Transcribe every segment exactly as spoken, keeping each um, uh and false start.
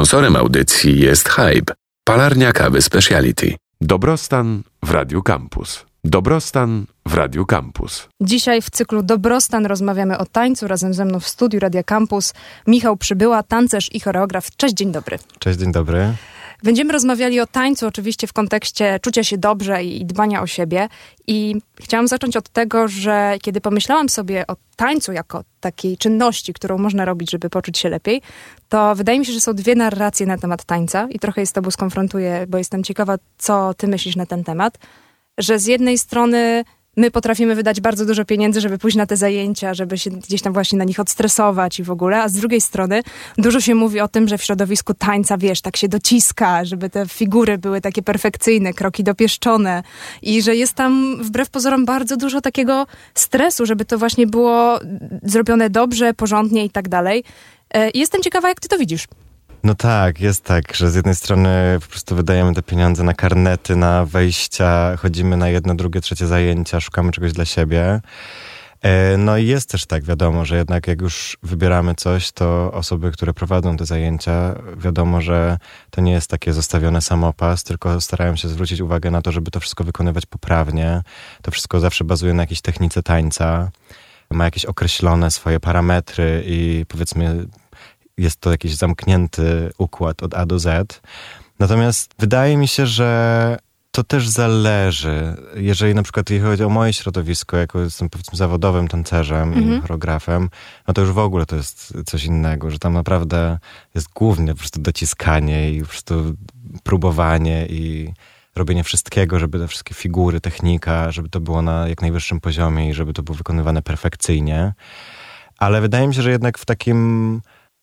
Sponsorem audycji jest Hype, palarnia kawy Speciality. Dobrostan w Radiu Campus. Dobrostan w Radiu Campus. Dzisiaj w cyklu Dobrostan rozmawiamy o tańcu. Razem ze mną w studiu Radia Campus Michał Przybyła, tancerz i choreograf. Cześć, dzień dobry. Cześć, dzień dobry. Będziemy rozmawiali o tańcu oczywiście w kontekście czucia się dobrze i dbania o siebie. I chciałam zacząć od tego, że kiedy pomyślałam sobie o tańcu jako takiej czynności, którą można robić, żeby poczuć się lepiej, to wydaje mi się, że są dwie narracje na temat tańca i trochę je z tobą skonfrontuję, bo jestem ciekawa, co ty myślisz na ten temat. Że z jednej strony my potrafimy wydać bardzo dużo pieniędzy, żeby pójść na te zajęcia, żeby się gdzieś tam właśnie na nich odstresować i w ogóle, a z drugiej strony dużo się mówi o tym, że w środowisku tańca, wiesz, tak się dociska, żeby te figury były takie perfekcyjne, kroki dopieszczone i że jest tam wbrew pozorom bardzo dużo takiego stresu, żeby to właśnie było zrobione dobrze, porządnie i tak dalej. I jestem ciekawa, jak ty to widzisz. No tak, jest tak, że z jednej strony po prostu wydajemy te pieniądze na karnety, na wejścia, chodzimy na jedno, drugie, trzecie zajęcia, szukamy czegoś dla siebie. No i jest też tak, wiadomo, że jednak jak już wybieramy coś, to osoby, które prowadzą te zajęcia, wiadomo, że to nie jest takie zostawione samopas, tylko starają się zwrócić uwagę na to, żeby to wszystko wykonywać poprawnie. To wszystko zawsze bazuje na jakiejś technice tańca, ma jakieś określone swoje parametry i powiedzmy jest to jakiś zamknięty układ od A do Z. Natomiast wydaje mi się, że to też zależy. Jeżeli na przykład jeśli chodzi o moje środowisko, jako jestem powiedzmy zawodowym tancerzem mm-hmm. i choreografem, no to już w ogóle to jest coś innego, że tam naprawdę jest głównie po prostu dociskanie i po prostu próbowanie i robienie wszystkiego, żeby te wszystkie figury, technika, żeby to było na jak najwyższym poziomie i żeby to było wykonywane perfekcyjnie. Ale wydaje mi się, że jednak w takim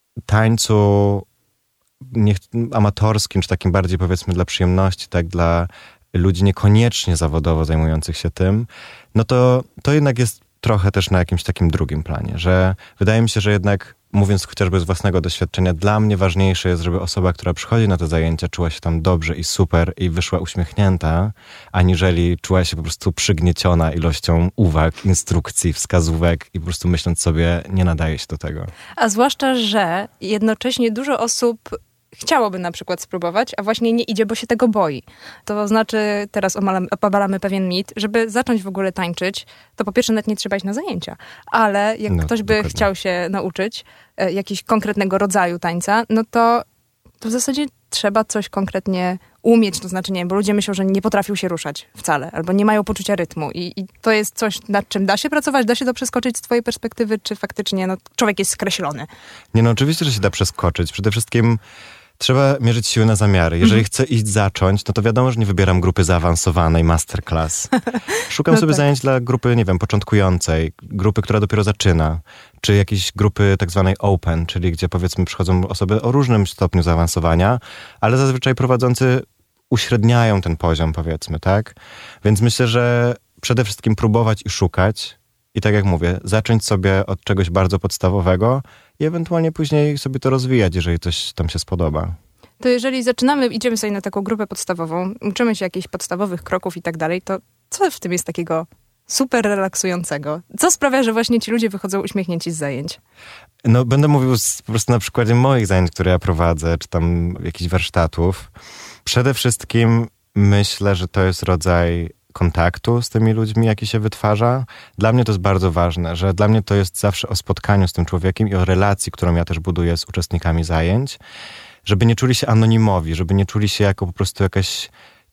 tańcu niech, amatorskim, czy takim bardziej powiedzmy dla przyjemności, tak, dla ludzi niekoniecznie zawodowo zajmujących się tym, no to, to jednak jest trochę też na jakimś takim drugim planie, że wydaje mi się, że jednak mówiąc chociażby z własnego doświadczenia, dla mnie ważniejsze jest, żeby osoba, która przychodzi na te zajęcia, czuła się tam dobrze i super i wyszła uśmiechnięta, aniżeli czuła się po prostu przygnieciona ilością uwag, instrukcji, wskazówek i po prostu myśląc sobie, nie nadaje się do tego. A zwłaszcza, że jednocześnie dużo osób chciałoby na przykład spróbować, a właśnie nie idzie, bo się tego boi. To znaczy, teraz obalamy pewien mit, żeby zacząć w ogóle tańczyć, to po pierwsze nawet nie trzeba iść na zajęcia, ale jak no, ktoś by dokładnie. chciał się nauczyć e, jakiegoś konkretnego rodzaju tańca, no to, to w zasadzie trzeba coś konkretnie umieć, to znaczy, nie wiem, bo ludzie myślą, że nie potrafią się ruszać wcale, albo nie mają poczucia rytmu i, i to jest coś, nad czym da się pracować, da się to przeskoczyć z twojej perspektywy, czy faktycznie no, człowiek jest skreślony? Nie, no oczywiście, że się da przeskoczyć. Przede wszystkim trzeba mierzyć siły na zamiary. Jeżeli mm. chcę iść zacząć, no to wiadomo, że nie wybieram grupy zaawansowanej, masterclass. Szukam no sobie tak. zajęć dla grupy, nie wiem, początkującej, grupy, która dopiero zaczyna, czy jakiejś grupy tak zwanej open, czyli gdzie powiedzmy przychodzą osoby o różnym stopniu zaawansowania, ale zazwyczaj prowadzący uśredniają ten poziom, powiedzmy, tak? Więc myślę, że przede wszystkim próbować i szukać i tak jak mówię, zacząć sobie od czegoś bardzo podstawowego i ewentualnie później sobie to rozwijać, jeżeli coś tam się spodoba. To jeżeli zaczynamy, idziemy sobie na taką grupę podstawową, uczymy się jakichś podstawowych kroków i tak dalej, to co w tym jest takiego super relaksującego? Co sprawia, że właśnie ci ludzie wychodzą uśmiechnięci z zajęć? No będę mówił z, po prostu na przykładzie moich zajęć, które ja prowadzę, czy tam jakichś warsztatów. Przede wszystkim myślę, że to jest rodzaj kontaktu z tymi ludźmi, jaki się wytwarza. Dla mnie to jest bardzo ważne, że dla mnie to jest zawsze o spotkaniu z tym człowiekiem i o relacji, którą ja też buduję z uczestnikami zajęć, żeby nie czuli się anonimowi, żeby nie czuli się jako po prostu jakaś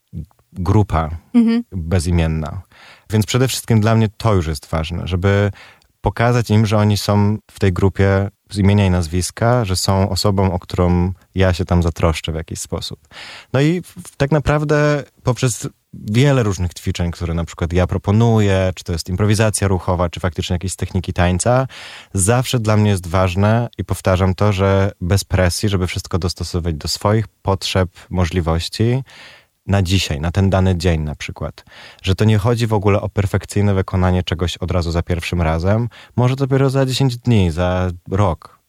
grupa mhm. bezimienna. Więc przede wszystkim dla mnie to już jest ważne, żeby pokazać im, że oni są w tej grupie z imienia i nazwiska, że są osobą, o którą ja się tam zatroszczę w jakiś sposób. No i tak naprawdę poprzez wiele różnych ćwiczeń, które na przykład ja proponuję, czy to jest improwizacja ruchowa, czy faktycznie jakieś techniki tańca, zawsze dla mnie jest ważne i powtarzam to, że bez presji, żeby wszystko dostosować do swoich potrzeb, możliwości, na dzisiaj, na ten dany dzień na przykład. Że to nie chodzi w ogóle o perfekcyjne wykonanie czegoś od razu za pierwszym razem, może dopiero za dziesięć dni, za rok.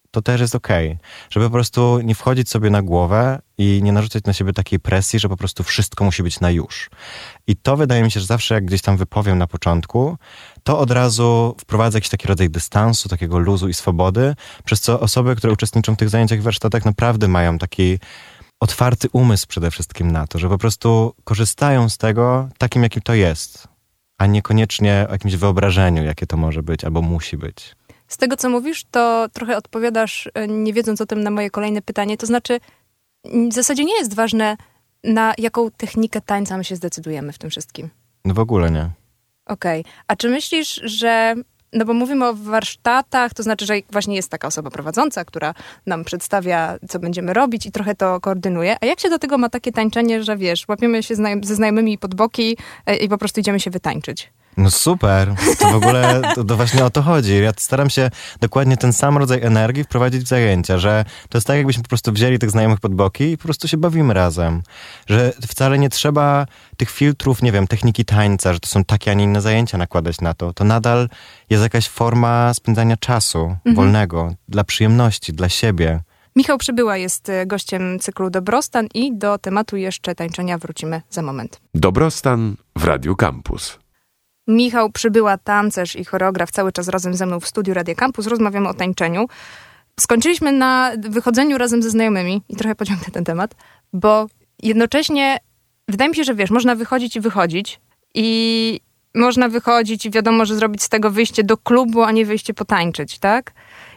to też jest okej. Okay. Żeby po prostu nie wchodzić sobie na głowę i nie narzucać na siebie takiej presji, że po prostu wszystko musi być na już. I to wydaje mi się, że zawsze jak gdzieś tam wypowiem na początku, to od razu wprowadza jakiś taki rodzaj dystansu, takiego luzu i swobody, przez co osoby, które uczestniczą w tych zajęciach i warsztatach naprawdę mają taki otwarty umysł przede wszystkim na to, że po prostu korzystają z tego takim, jakim to jest, a niekoniecznie o jakimś wyobrażeniu, jakie to może być albo musi być. Z tego, co mówisz, to trochę odpowiadasz, nie wiedząc o tym, na moje kolejne pytanie. To znaczy, w zasadzie nie jest ważne, na jaką technikę tańca my się zdecydujemy w tym wszystkim. No w ogóle nie. Okej. Okay. A czy myślisz, że... No bo mówimy o warsztatach, to znaczy, że właśnie jest taka osoba prowadząca, która nam przedstawia, co będziemy robić i trochę to koordynuje. A jak się do tego ma takie tańczenie, że wiesz, łapiemy się znaj- ze znajomymi pod boki i po prostu idziemy się wytańczyć? No super, to w ogóle to, to właśnie o to chodzi. Ja staram się dokładnie ten sam rodzaj energii wprowadzić w zajęcia, że to jest tak, jakbyśmy po prostu wzięli tych znajomych pod boki i po prostu się bawimy razem. Że wcale nie trzeba tych filtrów, nie wiem, techniki tańca, że to są takie, a nie inne zajęcia nakładać na to. To nadal jest jakaś forma spędzania czasu mhm. wolnego, dla przyjemności, dla siebie. Michał Przybyła jest gościem cyklu Dobrostan i do tematu jeszcze tańczenia wrócimy za moment. Dobrostan w Radiu Campus. Michał Przybyła, tancerz i choreograf, cały czas razem ze mną w studiu Radia Campus. Rozmawiamy o tańczeniu. Skończyliśmy na wychodzeniu razem ze znajomymi i trochę pociągnę ten temat, bo jednocześnie wydaje mi się, że wiesz, można wychodzić i wychodzić i można wychodzić i wiadomo, że zrobić z tego wyjście do klubu, a nie wyjście potańczyć, tak?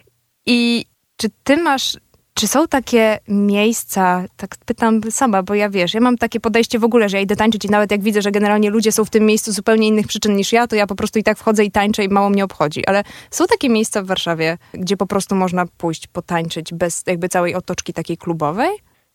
I czy ty masz... Czy są takie miejsca, tak pytam sama, bo ja wiesz, ja mam takie podejście w ogóle, że ja idę tańczyć i nawet jak widzę, że generalnie ludzie są w tym miejscu z zupełnie innych przyczyn niż ja, to ja po prostu i tak wchodzę i tańczę i mało mnie obchodzi. Ale są takie miejsca w Warszawie, gdzie po prostu można pójść potańczyć bez jakby całej otoczki takiej klubowej?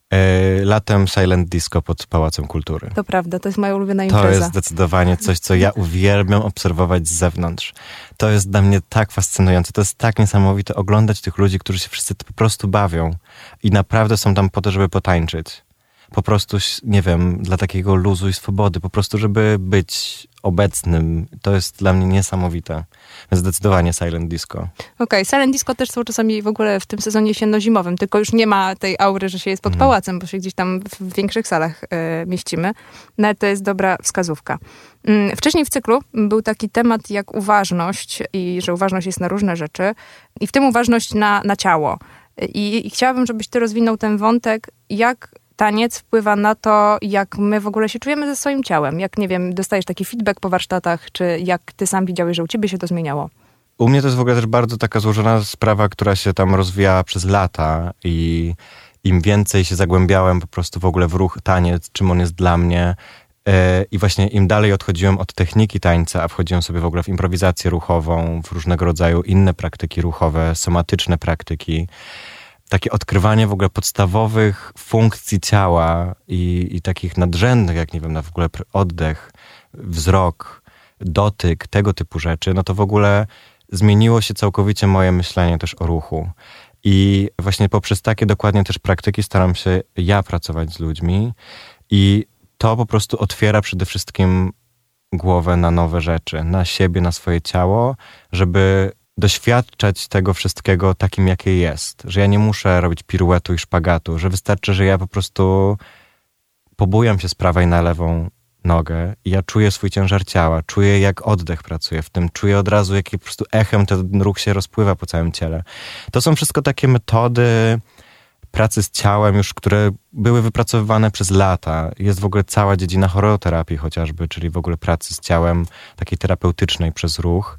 Yy, latem Silent Disco pod Pałacem Kultury. To prawda, to jest moja ulubiona impreza. To jest zdecydowanie coś, co ja uwielbiam obserwować z zewnątrz. To jest dla mnie tak fascynujące, to jest tak niesamowite oglądać tych ludzi, którzy się wszyscy po prostu bawią i naprawdę są tam po to, żeby potańczyć. Po prostu, nie wiem, dla takiego luzu i swobody, po prostu, żeby być obecnym. To jest dla mnie niesamowite. Więc zdecydowanie Silent Disco. Okej, okay, Silent Disco też są czasami w ogóle w tym sezonie jesienno-zimowym, tylko już nie ma tej aury, że się jest pod mm. pałacem, bo się gdzieś tam w większych salach y, mieścimy. No ale to jest dobra wskazówka. Y, wcześniej w cyklu był taki temat jak uważność i że uważność jest na różne rzeczy i w tym uważność na, na ciało. I, I chciałabym, żebyś ty rozwinął ten wątek, jak taniec wpływa na to, jak my w ogóle się czujemy ze swoim ciałem. Jak, nie wiem, dostajesz taki feedback po warsztatach, czy jak ty sam widziałeś, że u ciebie się to zmieniało? U mnie to jest w ogóle też bardzo taka złożona sprawa, która się tam rozwijała przez lata i im więcej się zagłębiałem po prostu w ogóle w ruch, taniec, czym on jest dla mnie yy, i właśnie im dalej odchodziłem od techniki tańca, a wchodziłem sobie w ogóle w improwizację ruchową, w różnego rodzaju inne praktyki ruchowe, somatyczne praktyki, takie odkrywanie w ogóle podstawowych funkcji ciała i, i takich nadrzędnych, jak nie wiem, na w ogóle oddech, wzrok, dotyk, tego typu rzeczy, no to w ogóle zmieniło się całkowicie moje myślenie też o ruchu. I właśnie poprzez takie dokładnie też praktyki staram się ja pracować z ludźmi i to po prostu otwiera przede wszystkim głowę na nowe rzeczy, na siebie, na swoje ciało, żeby doświadczać tego wszystkiego takim, jakie jest. Że ja nie muszę robić piruetu i szpagatu, że wystarczy, że ja po prostu pobujam się z prawej na lewą nogę i ja czuję swój ciężar ciała, czuję jak oddech pracuje w tym, czuję od razu, jaki po prostu echem ten ruch się rozpływa po całym ciele. To są wszystko takie metody pracy z ciałem już, które były wypracowywane przez lata. Jest w ogóle cała dziedzina choreoterapii chociażby, czyli w ogóle pracy z ciałem takiej terapeutycznej przez ruch.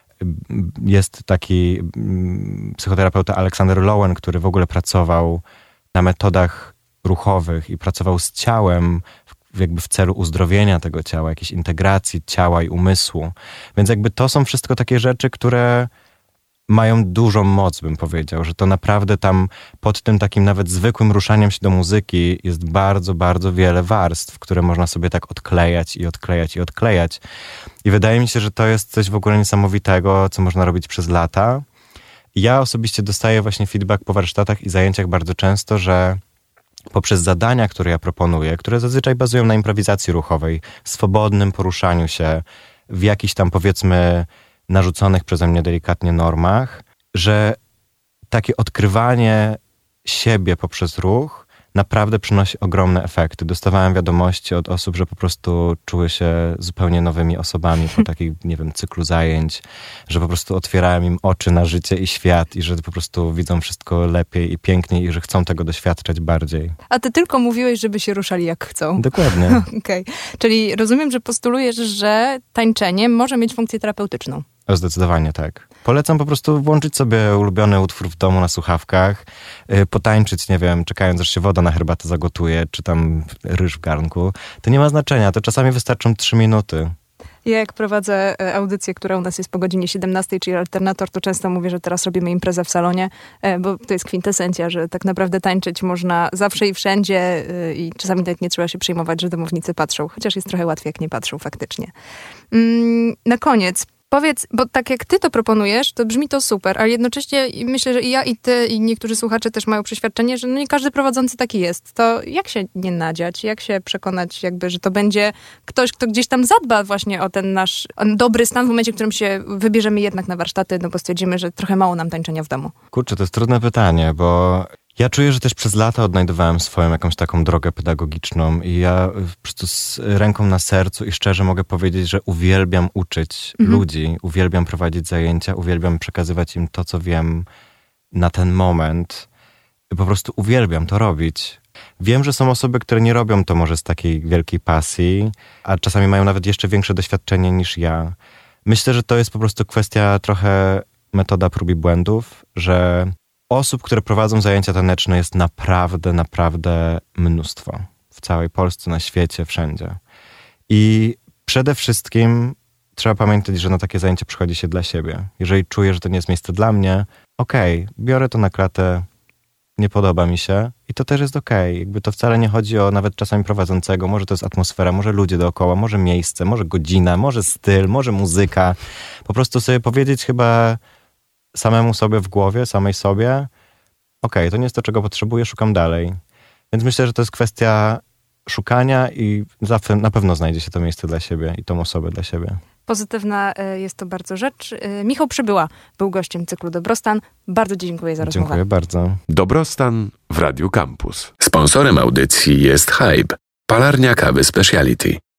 Jest taki psychoterapeuta Alexander Lowen, który w ogóle pracował na metodach ruchowych i pracował z ciałem jakby w celu uzdrowienia tego ciała, jakiejś integracji ciała i umysłu. Więc jakby to są wszystko takie rzeczy, które mają dużą moc, bym powiedział, że to naprawdę tam pod tym takim nawet zwykłym ruszaniem się do muzyki jest bardzo, bardzo wiele warstw, które można sobie tak odklejać i odklejać i odklejać. I wydaje mi się, że to jest coś w ogóle niesamowitego, co można robić przez lata. I ja osobiście dostaję właśnie feedback po warsztatach i zajęciach bardzo często, że poprzez zadania, które ja proponuję, które zazwyczaj bazują na improwizacji ruchowej, swobodnym poruszaniu się w jakichś tam, powiedzmy, narzuconych przeze mnie delikatnie normach, że takie odkrywanie siebie poprzez ruch naprawdę przynosi ogromne efekty. Dostawałem wiadomości od osób, że po prostu czuły się zupełnie nowymi osobami po takim, nie wiem, cyklu zajęć, że po prostu otwierałem im oczy na życie i świat i że po prostu widzą wszystko lepiej i piękniej i że chcą tego doświadczać bardziej. A ty tylko mówiłeś, żeby się ruszali jak chcą. Dokładnie. Okej. Okay. Czyli rozumiem, że postulujesz, że tańczenie może mieć funkcję terapeutyczną. O, zdecydowanie tak. Polecam po prostu włączyć sobie ulubiony utwór w domu na słuchawkach, yy, potańczyć, nie wiem, czekając aż się woda na herbatę zagotuje, czy tam ryż w garnku. To nie ma znaczenia, to czasami wystarczą trzy minuty. Ja jak prowadzę audycję, która u nas jest po godzinie siedemnastej, czyli Alternator, to często mówię, że teraz robimy imprezę w salonie, bo to jest kwintesencja, że tak naprawdę tańczyć można zawsze i wszędzie i czasami nawet nie trzeba się przejmować, że domownicy patrzą, chociaż jest trochę łatwiej, jak nie patrzą faktycznie. Na koniec, powiedz, bo tak jak ty to proponujesz, to brzmi to super, ale jednocześnie myślę, że i ja, i ty, i niektórzy słuchacze też mają przeświadczenie, że no nie każdy prowadzący taki jest. To jak się nie nadziać? Jak się przekonać, jakby, że to będzie ktoś, kto gdzieś tam zadba właśnie o ten nasz dobry stan w momencie, w którym się wybierzemy jednak na warsztaty, no bo stwierdzimy, że trochę mało nam tańczenia w domu. Kurczę, to jest trudne pytanie, bo ja czuję, że też przez lata odnajdowałem swoją jakąś taką drogę pedagogiczną i ja po prostu z ręką na sercu i szczerze mogę powiedzieć, że uwielbiam uczyć mhm. ludzi, uwielbiam prowadzić zajęcia, uwielbiam przekazywać im to, co wiem na ten moment. Po prostu uwielbiam to robić. Wiem, że są osoby, które nie robią to może z takiej wielkiej pasji, a czasami mają nawet jeszcze większe doświadczenie niż ja. Myślę, że to jest po prostu kwestia trochę metoda prób i błędów, że osób, które prowadzą zajęcia taneczne jest naprawdę, naprawdę mnóstwo. W całej Polsce, na świecie, wszędzie. I przede wszystkim trzeba pamiętać, że na takie zajęcie przychodzi się dla siebie. Jeżeli czuję, że to nie jest miejsce dla mnie, okej, okay, biorę to na klatę, nie podoba mi się i to też jest okej. Okay. Jakby to wcale nie chodzi o nawet czasami prowadzącego, może to jest atmosfera, może ludzie dookoła, może miejsce, może godzina, może styl, może muzyka. Po prostu sobie powiedzieć chyba samemu sobie w głowie, samej sobie, okej, okay, to nie jest to, czego potrzebuję, szukam dalej. Więc myślę, że to jest kwestia szukania i zawsze na pewno znajdzie się to miejsce dla siebie i tą osobę dla siebie. Pozytywna jest to bardzo rzecz. Michał Przybyła był gościem cyklu Dobrostan. Bardzo dziękuję za rozmowę. Dziękuję bardzo. Dobrostan w Radiu Campus. Sponsorem audycji jest Hype, palarnia kawy Speciality.